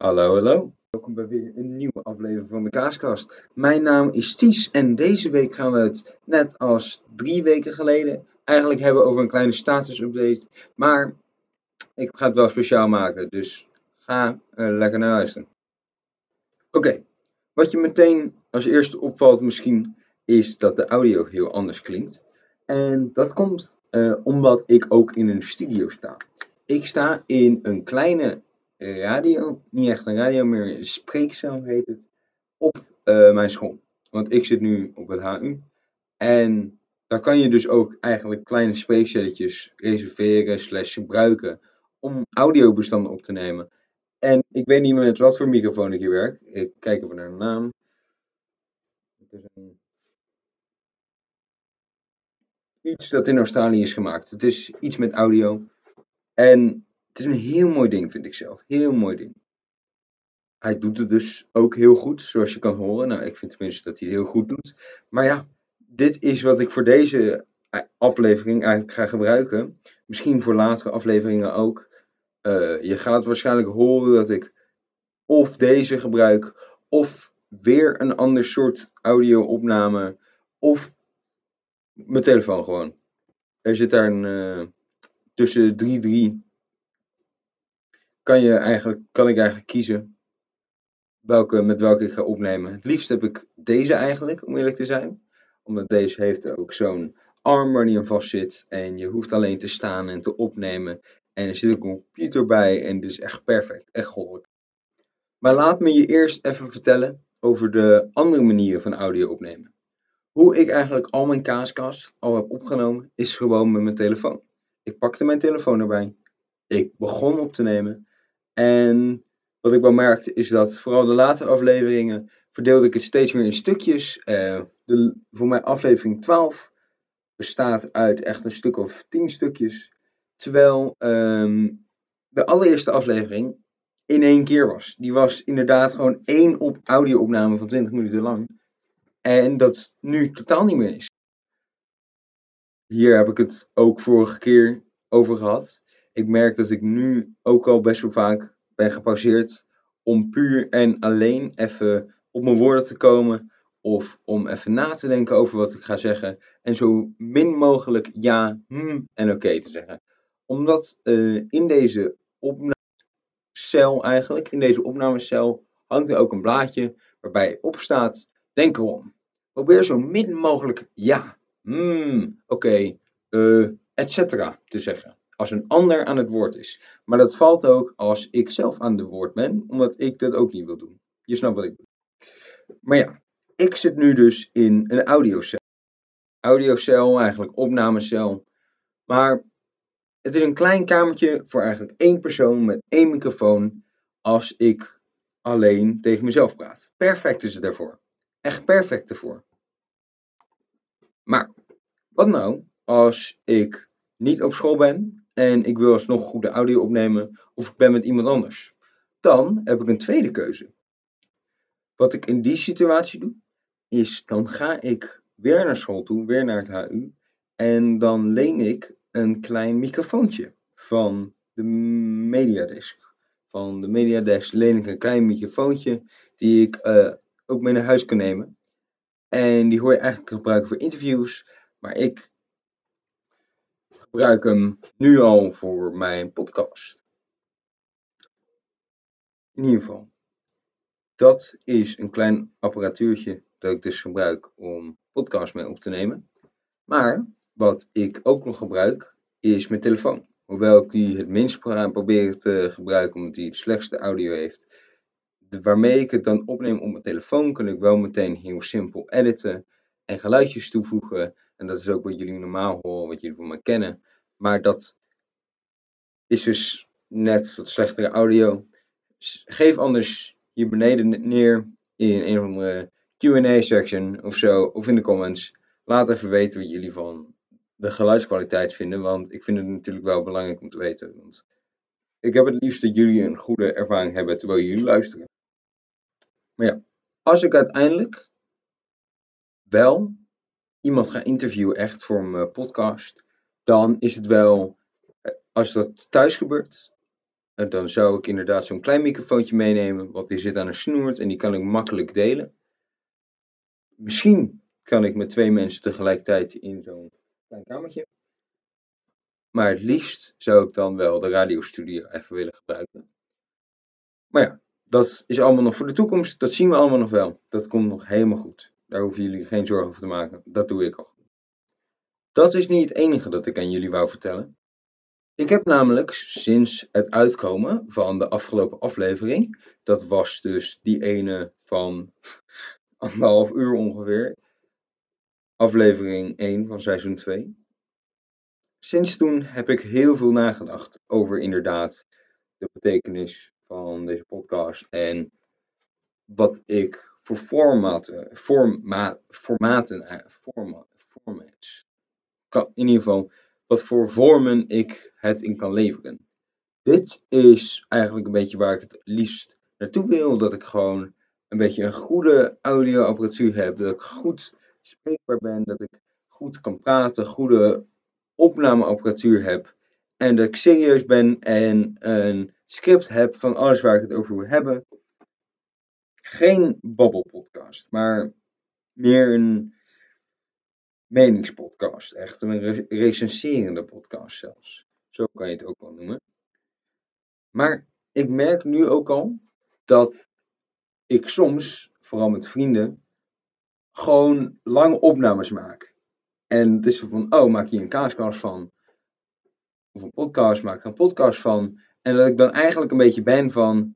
Hallo, hallo. Welkom bij weer een nieuwe aflevering van de Kaaskast. Mijn naam is Ties en deze week gaan we het, net als 3 weken geleden, eigenlijk hebben over een kleine status-update. Maar ik ga het wel speciaal maken, dus ga lekker naar luisteren. Oké, wat je meteen als eerste opvalt misschien, is dat de audio heel anders klinkt. En dat komt omdat ik ook in een studio sta. Ik sta in een kleine radio, niet echt een radio, meer een spreekcel heet het, op mijn school. Want ik zit nu op het HU en daar kan je dus ook eigenlijk kleine spreekcelletjes reserveren / gebruiken om audiobestanden op te nemen. En ik weet niet meer met wat voor microfoon ik hier werk. Ik kijk even naar de naam. Het is iets dat in Australië is gemaakt. Het is iets met audio. En het is een heel mooi ding, vind ik zelf. Heel mooi ding. Hij doet het dus ook heel goed, zoals je kan horen. Nou, ik vind tenminste dat hij het heel goed doet. Maar ja, dit is wat ik voor deze aflevering eigenlijk ga gebruiken. Misschien voor latere afleveringen ook. Je gaat waarschijnlijk horen dat ik of deze gebruik, of weer een ander soort audio-opname, of mijn telefoon gewoon. Er zit daar een tussen 3 kan ik eigenlijk kiezen met welke ik ga opnemen. Het liefst heb ik deze eigenlijk, om eerlijk te zijn. Omdat deze heeft ook zo'n arm waar die aan vast zit. En je hoeft alleen te staan en te opnemen. En er zit een computer bij en dit is echt perfect, echt goddelijk. Maar laat me je eerst even vertellen over de andere manieren van audio opnemen. Hoe ik eigenlijk al mijn kaaskast al heb opgenomen, is gewoon met mijn telefoon. Ik pakte mijn telefoon erbij. Ik begon op te nemen. En wat ik wel merkte is dat vooral de latere afleveringen verdeelde ik het steeds meer in stukjes. Voor mij aflevering 12 bestaat uit echt een stuk of 10 stukjes. Terwijl de allereerste aflevering in 1 keer was. Die was inderdaad gewoon 1 audio-opname van 20 minuten lang. En dat nu totaal niet meer is. Hier heb ik het ook vorige keer over gehad. Ik merk dat ik nu ook al best wel vaak ben gepauzeerd om puur en alleen even op mijn woorden te komen of om even na te denken over wat ik ga zeggen en zo min mogelijk ja, en oké te zeggen. Omdat in deze opnamecel hangt er ook een blaadje waarbij op staat: denk erom. Probeer zo min mogelijk ja, oké, etc. te zeggen. Als een ander aan het woord is. Maar dat valt ook als ik zelf aan het woord ben, omdat ik dat ook niet wil doen. Je snapt wat ik bedoel. Maar ja, ik zit nu dus in een audiocel. Audiocel, eigenlijk opnamecel. Maar het is een klein kamertje voor eigenlijk 1 persoon met 1 microfoon als ik alleen tegen mezelf praat. Perfect is het daarvoor. Echt perfect ervoor. Maar wat nou als ik niet op school ben en ik wil alsnog goede audio opnemen of ik ben met iemand anders? Dan heb ik een tweede keuze. Wat ik in die situatie doe, is dan ga ik weer naar school toe, weer naar het HU. En dan leen ik een klein microfoontje van de Mediadesk. Van de Mediadesk leen ik een klein microfoontje die ik ook mee naar huis kan nemen. En die hoor je eigenlijk te gebruiken voor interviews. Maar ik gebruik hem nu al voor mijn podcast. In ieder geval, dat is een klein apparatuurtje dat ik dus gebruik om podcasts mee op te nemen. Maar wat ik ook nog gebruik is mijn telefoon. Hoewel ik die het minst probeer te gebruiken omdat die het slechtste audio heeft. Waarmee ik het dan opneem op mijn telefoon kan ik wel meteen heel simpel editen en geluidjes toevoegen. En dat is ook wat jullie normaal horen, wat jullie van me kennen. Maar dat is dus net wat slechtere audio. Geef anders hier beneden neer in een of andere Q&A section of zo, of in de comments. Laat even weten wat jullie van de geluidskwaliteit vinden, want ik vind het natuurlijk wel belangrijk om te weten. Want ik heb het liefst dat jullie een goede ervaring hebben terwijl jullie luisteren. Maar ja, als ik uiteindelijk wel iemand ga interviewen echt voor mijn podcast, dan is het wel, als dat thuis gebeurt, En dan zou ik inderdaad zo'n klein microfoontje meenemen, want die zit aan een snoert en die kan ik makkelijk delen. Misschien kan ik met 2 mensen tegelijkertijd in zo'n klein kamertje. Maar het liefst zou ik dan wel de radiostudio even willen gebruiken. Maar ja, dat is allemaal nog voor de toekomst. Dat zien we allemaal nog wel. Dat komt nog helemaal goed. Daar hoeven jullie geen zorgen over te maken. Dat doe ik al. Dat is niet het enige dat ik aan jullie wou vertellen. Ik heb namelijk sinds het uitkomen van de afgelopen aflevering, dat was dus die ene van 1,5 uur ongeveer, aflevering 1 van seizoen 2. Sinds toen heb ik heel veel nagedacht over inderdaad de betekenis van deze podcast en wat ik voor in ieder geval, wat voor vormen ik het in kan leveren. Dit is eigenlijk een beetje waar ik het liefst naartoe wil, dat ik gewoon een beetje een goede audioapparatuur heb, dat ik goed spreekbaar ben, dat ik goed kan praten, goede opnameapparatuur heb en dat ik serieus ben en een script heb van alles waar ik het over wil hebben. Geen babbelpodcast, maar meer een meningspodcast, echt een recenserende podcast zelfs. Zo kan je het ook wel noemen. Maar ik merk nu ook al dat ik soms, vooral met vrienden, gewoon lange opnames maak. En het is van, oh, maak je een kaaskast van? Of een podcast, maak er een podcast van. En dat ik dan eigenlijk een beetje ben van,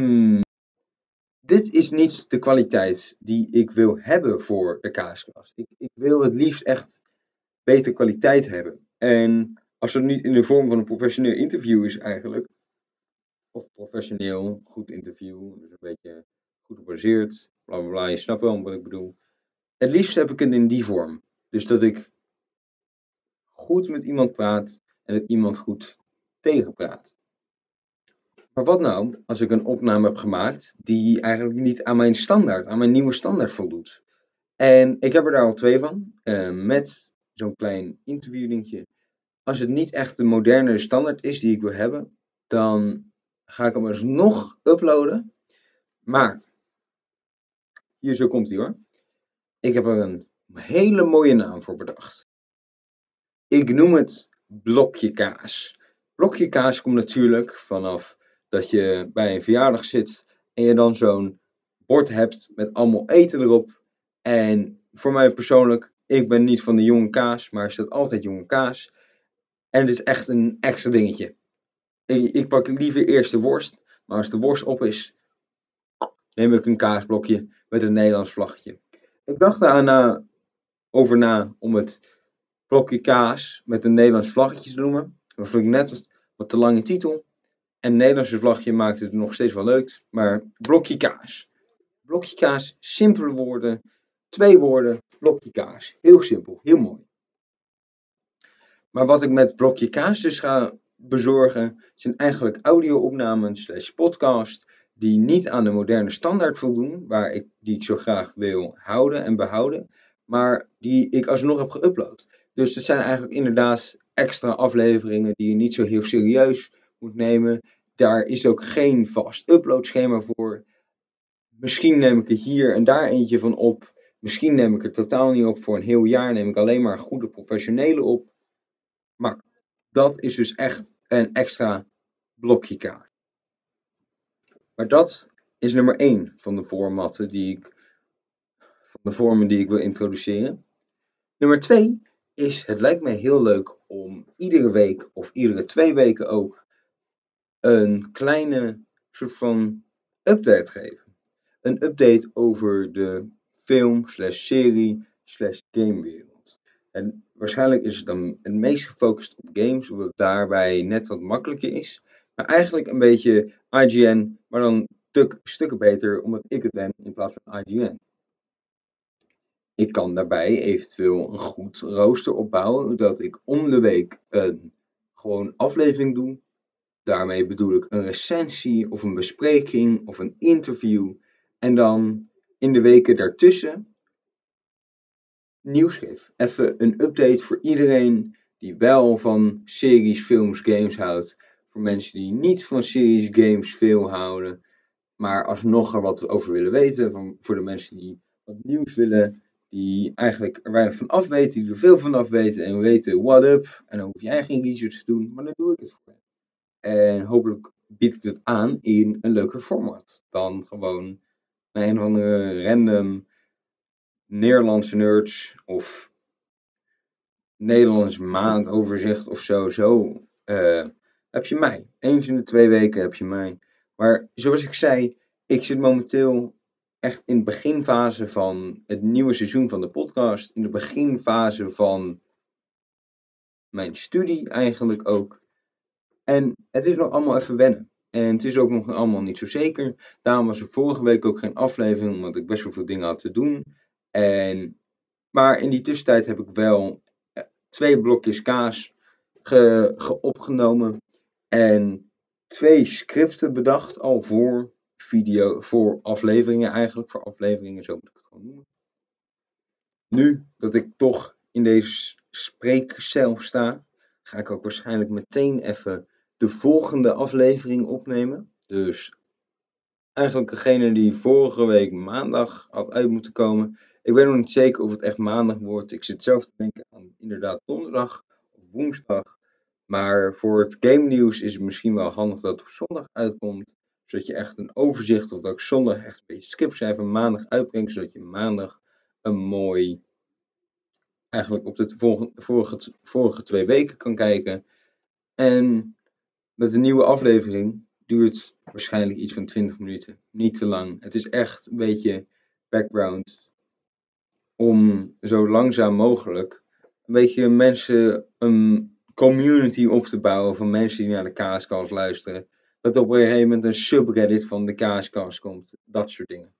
dit is niet de kwaliteit die ik wil hebben voor de kaaskast. Ik wil het liefst echt betere kwaliteit hebben. En als het niet in de vorm van een professioneel interview is eigenlijk, of professioneel, goed interview, dus een beetje goed gebaseerd, bla bla bla, je snapt wel wat ik bedoel. Het liefst heb ik het in die vorm. Dus dat ik goed met iemand praat en dat iemand goed tegenpraat. Maar wat nou als ik een opname heb gemaakt die eigenlijk niet aan mijn nieuwe standaard voldoet? En ik heb er daar al 2 van, met zo'n klein interviewdingetje. Als het niet echt de moderne standaard is die ik wil hebben, dan ga ik hem alsnog uploaden. Maar, hier zo komt hij hoor. Ik heb er een hele mooie naam voor bedacht. Ik noem het blokje kaas. Blokje kaas komt natuurlijk vanaf dat je bij een verjaardag zit en je dan zo'n bord hebt met allemaal eten erop. En voor mij persoonlijk, ik ben niet van de jonge kaas, maar er staat altijd jonge kaas. En het is echt een extra dingetje. Ik pak liever eerst de worst, maar als de worst op is, neem ik een kaasblokje met een Nederlands vlaggetje. Ik dacht over na om het blokje kaas met een Nederlands vlaggetje te noemen. Dat vond ik net wat te lange titel. En het Nederlandse vlaggetje maakt het nog steeds wel leuk. Maar blokje kaas. Blokje kaas, simpele woorden. 2 woorden, blokje kaas. Heel simpel, heel mooi. Maar wat ik met blokje kaas dus ga bezorgen, zijn eigenlijk audio-opnames / podcast die niet aan de moderne standaard voldoen, die ik zo graag wil houden en behouden, maar die ik alsnog heb geüpload. Dus het zijn eigenlijk inderdaad extra afleveringen die je niet zo heel serieus moet nemen. Daar is ook geen vast uploadschema voor. Misschien neem ik er hier en daar eentje van op. Misschien neem ik er totaal niet op. Voor een heel jaar neem ik alleen maar goede professionele op. Maar dat is dus echt een extra blokje kaas. Maar dat is nummer 1 van de vormen die ik wil introduceren. Nummer 2 is, het lijkt mij heel leuk om iedere week of iedere 2 weken ook een kleine soort van update te geven. Een update over de film / serie / gamewereld. En waarschijnlijk is het dan het meest gefocust op games, omdat het daarbij net wat makkelijker is. Maar eigenlijk een beetje IGN, maar dan stukken beter, omdat ik het ben in plaats van IGN. Ik kan daarbij eventueel een goed rooster opbouwen, dat ik om de week een gewoon aflevering doe. Daarmee bedoel ik een recensie of een bespreking of een interview. En dan in de weken daartussen nieuws geef. Even een update voor iedereen die wel van series, films, games houdt. Voor voor mensen die niet van series games veel houden, maar alsnog er wat over willen weten. Voor de mensen die wat nieuws willen, die eigenlijk er weinig van af weten, die er veel van af weten en weten what up. En dan hoef jij geen research te doen, maar dan doe ik het voor je. En hopelijk bied ik het aan in een leuker format dan gewoon naar een of andere random Nederlandse nerds of Nederlands maandoverzicht of zo. Zo heb je mij. Eens in de 2 weken heb je mij. Maar zoals ik zei, ik zit momenteel echt in de beginfase van het nieuwe seizoen van de podcast. In de beginfase van mijn studie eigenlijk ook. En het is nog allemaal even wennen. En het is ook nog allemaal niet zo zeker. Daarom was er vorige week ook geen aflevering, omdat ik best wel veel dingen had te doen. Maar in die tussentijd heb ik wel 2 blokjes kaas opgenomen. En 2 scripten bedacht al voor afleveringen eigenlijk. Voor afleveringen, zo moet ik het gewoon noemen. Nu dat ik toch in deze spreekcel sta, ga ik ook waarschijnlijk meteen even de volgende aflevering opnemen. Dus eigenlijk degene die vorige week maandag had uit moeten komen. Ik weet nog niet zeker of het echt maandag wordt. Ik zit zelf te denken aan inderdaad donderdag of woensdag. Maar voor het game nieuws is het misschien wel handig dat het op zondag uitkomt. Zodat je echt een overzicht, of dat ik zondag echt een beetje skipcijfer maandag uitbreng. Zodat je maandag een mooi, eigenlijk op de vorige 2 weken kan kijken. En met een nieuwe aflevering duurt waarschijnlijk iets van 20 minuten. Niet te lang. Het is echt een beetje background om zo langzaam mogelijk een beetje mensen een community op te bouwen van mensen die naar de Kaaskast luisteren. Dat op een gegeven moment een subreddit van de Kaaskast komt. Dat soort dingen.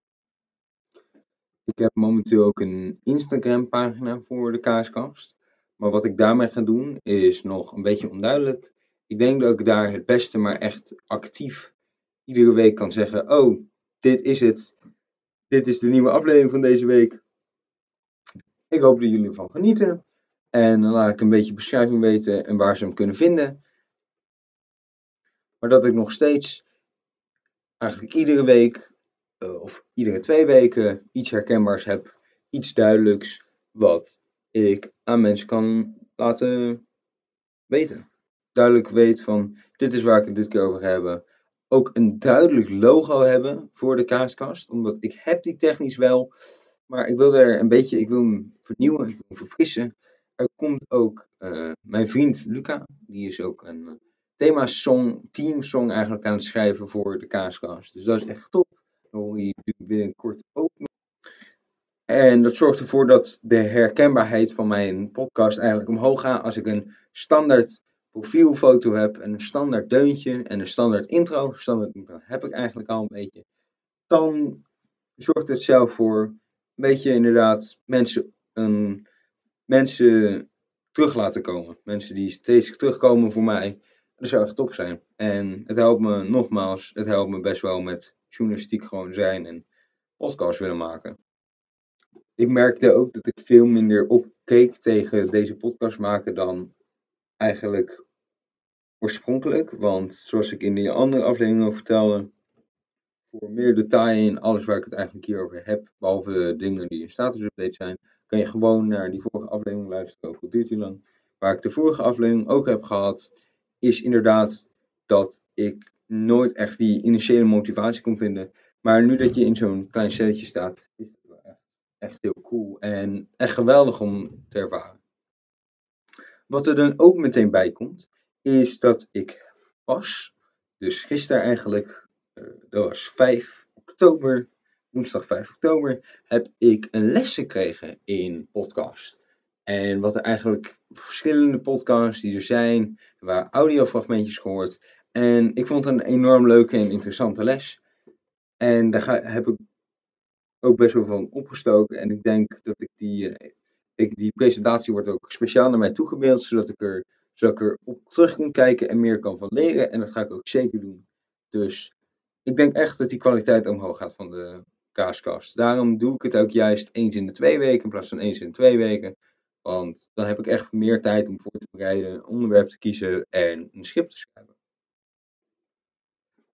Ik heb momenteel ook een Instagram pagina voor de Kaaskast. Maar wat ik daarmee ga doen is nog een beetje onduidelijk. Ik denk dat ik daar het beste maar echt actief iedere week kan zeggen. Oh, dit is het. Dit is de nieuwe aflevering van deze week. Ik hoop dat jullie ervan genieten. En dan laat ik een beetje beschrijving weten en waar ze hem kunnen vinden. Maar dat ik nog steeds eigenlijk iedere week of iedere 2 weken iets herkenbaars heb. Iets duidelijks wat ik aan mensen kan laten weten. Duidelijk weet van dit is waar ik het dit keer over ga hebben. Ook een duidelijk logo hebben voor de Kaaskast. Omdat ik heb die technisch wel. Maar ik wil er een beetje, ik wil hem vernieuwen, ik wil hem verfrissen. Er komt ook mijn vriend Luca. Die is ook een teamsong eigenlijk aan het schrijven voor de Kaaskast. Dus dat is echt top. Dat hoor je binnenkort ook nog. En dat zorgt ervoor dat de herkenbaarheid van mijn podcast eigenlijk omhoog gaat. Als ik een standaard profielfoto heb, en een standaard deuntje en een standaard intro. Standaard intro heb ik eigenlijk al een beetje. Dan zorgt het zelf voor een beetje inderdaad mensen terug laten komen. Mensen die steeds terugkomen voor mij. Dat zou echt top zijn. En het helpt me nogmaals, het helpt me best wel met journalistiek gewoon zijn en podcast willen maken. Ik merkte ook dat ik veel minder opkeek tegen deze podcast maken dan eigenlijk oorspronkelijk. Want zoals ik in die andere aflevering al vertelde, voor meer detail in alles waar ik het eigenlijk hierover heb, behalve de dingen die in status update zijn, kan je gewoon naar die vorige aflevering luisteren, ook al duurt die lang. Waar ik de vorige aflevering ook heb gehad, is inderdaad dat ik nooit echt die initiële motivatie kon vinden. Maar nu dat je in zo'n klein stelletje staat, is het wel echt heel cool en echt geweldig om te ervaren. Wat er dan ook meteen bij komt, is dat ik dus gisteren eigenlijk, dat was 5 oktober, woensdag 5 oktober, heb ik een les gekregen in podcast. En wat er eigenlijk verschillende podcasts die er zijn, waar audiofragmentjes gehoord. En ik vond het een enorm leuke en interessante les. En daar heb ik ook best wel van opgestoken. En ik denk dat ik die presentatie wordt ook speciaal naar mij toegemaild, zodat ik er op terug kan kijken en meer kan van leren. En dat ga ik ook zeker doen. Dus ik denk echt dat die kwaliteit omhoog gaat van de Kaaskast. Daarom doe ik het ook juist eens in de 2 weken in plaats van eens in de 2 weken. Want dan heb ik echt meer tijd om voor te bereiden, een onderwerp te kiezen en een script te schrijven.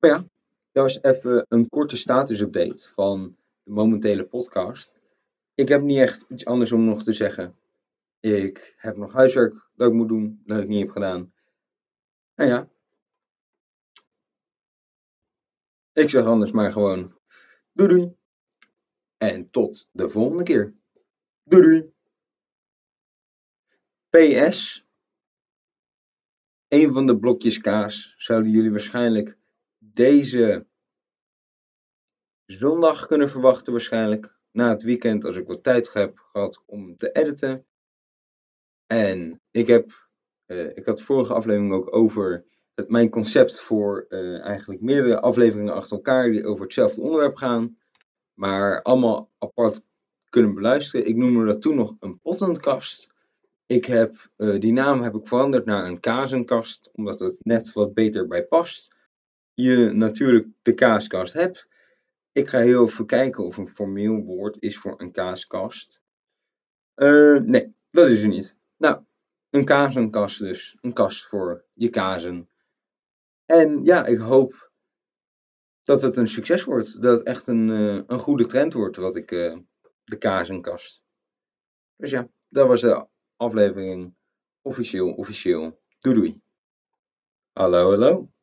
Maar ja, dat was even een korte status-update van de momentele podcast. Ik heb niet echt iets anders om nog te zeggen. Ik heb nog huiswerk dat ik moet doen, dat ik niet heb gedaan. En ja, ik zeg anders maar gewoon doei doei. En tot de volgende keer. Doei doei. PS. Een van de blokjes kaas zouden jullie waarschijnlijk deze zondag kunnen verwachten. Waarschijnlijk na het weekend als ik wat tijd heb gehad om te editen. En ik had de vorige aflevering ook over mijn concept voor eigenlijk meerdere afleveringen achter elkaar die over hetzelfde onderwerp gaan. Maar allemaal apart kunnen beluisteren. Ik noemde dat toen nog een pottenkast. Die naam heb ik veranderd naar een kazenkast, omdat het net wat beter bij past. Je natuurlijk de kaaskast hebt. Ik ga heel even kijken of een formeel woord is voor een kaaskast. Nee, dat is er niet. Nou, een kazenkast dus. Een kast voor je kazen. En ja, ik hoop dat het een succes wordt. Dat het echt een goede trend wordt, de kazenkast. Dus ja, dat was de aflevering officieel. Doei doei. Hallo, hallo.